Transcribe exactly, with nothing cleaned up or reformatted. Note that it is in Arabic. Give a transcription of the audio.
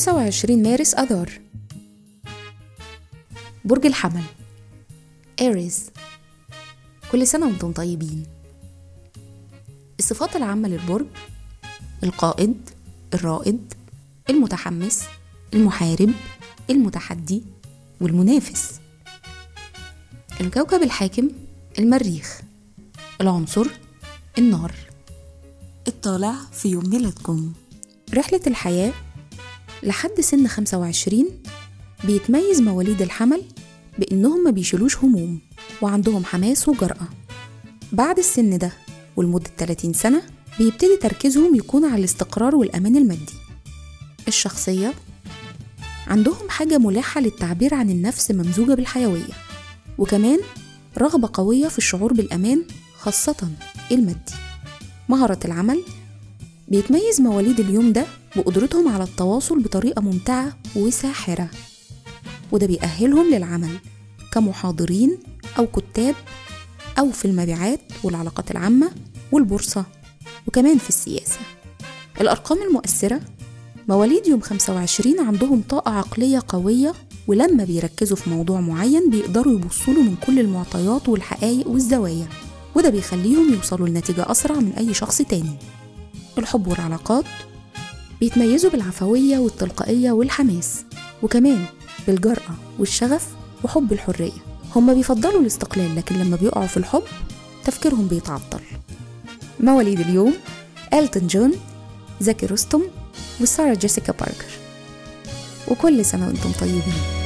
خمسة وعشرين مارس أذار. برج الحمل إيريز، كل سنة وانتم طيبين. الصفات العامة للبرج: القائد، الرائد، المتحمس، المحارب، المتحدي، والمنافس. الكوكب الحاكم: المريخ. العنصر: النار. الطالع في يوم ميلادكم. رحلة الحياة: لحد سن خمسة وعشرين بيتميز مواليد الحمل بإنهم ما بيشيلوش هموم وعندهم حماس وجرأة. بعد السن ده ولمدة ثلاثين سنة بيبتدي تركيزهم يكون على الاستقرار والأمان المادي. الشخصية: عندهم حاجة ملحة للتعبير عن النفس ممزوجة بالحيوية، وكمان رغبة قوية في الشعور بالأمان خاصة المادي. مهارة العمل: بيتميز مواليد اليوم ده بقدرتهم على التواصل بطريقة ممتعة وساحرة، وده بيأهلهم للعمل كمحاضرين أو كتاب أو في المبيعات والعلاقات العامة والبورصة، وكمان في السياسة. الأرقام المؤثرة: مواليد يوم خمسة وعشرين عندهم طاقة عقلية قوية، ولما بيركزوا في موضوع معين بيقدروا يبصوا من كل المعطيات والحقائق والزوايا، وده بيخليهم يوصلوا لنتيجة أسرع من أي شخص تاني. الحب والعلاقات: بيتميزوا بالعفوية والتلقائية والحماس، وكمان بالجرأة والشغف وحب الحرية. هما بيفضلوا الاستقلال، لكن لما بيقعوا في الحب تفكيرهم بيتعطل. مواليد اليوم: إلتون جون، زكي رستم، وسارة جيسيكا باركر. وكل سنة وانتم طيبين.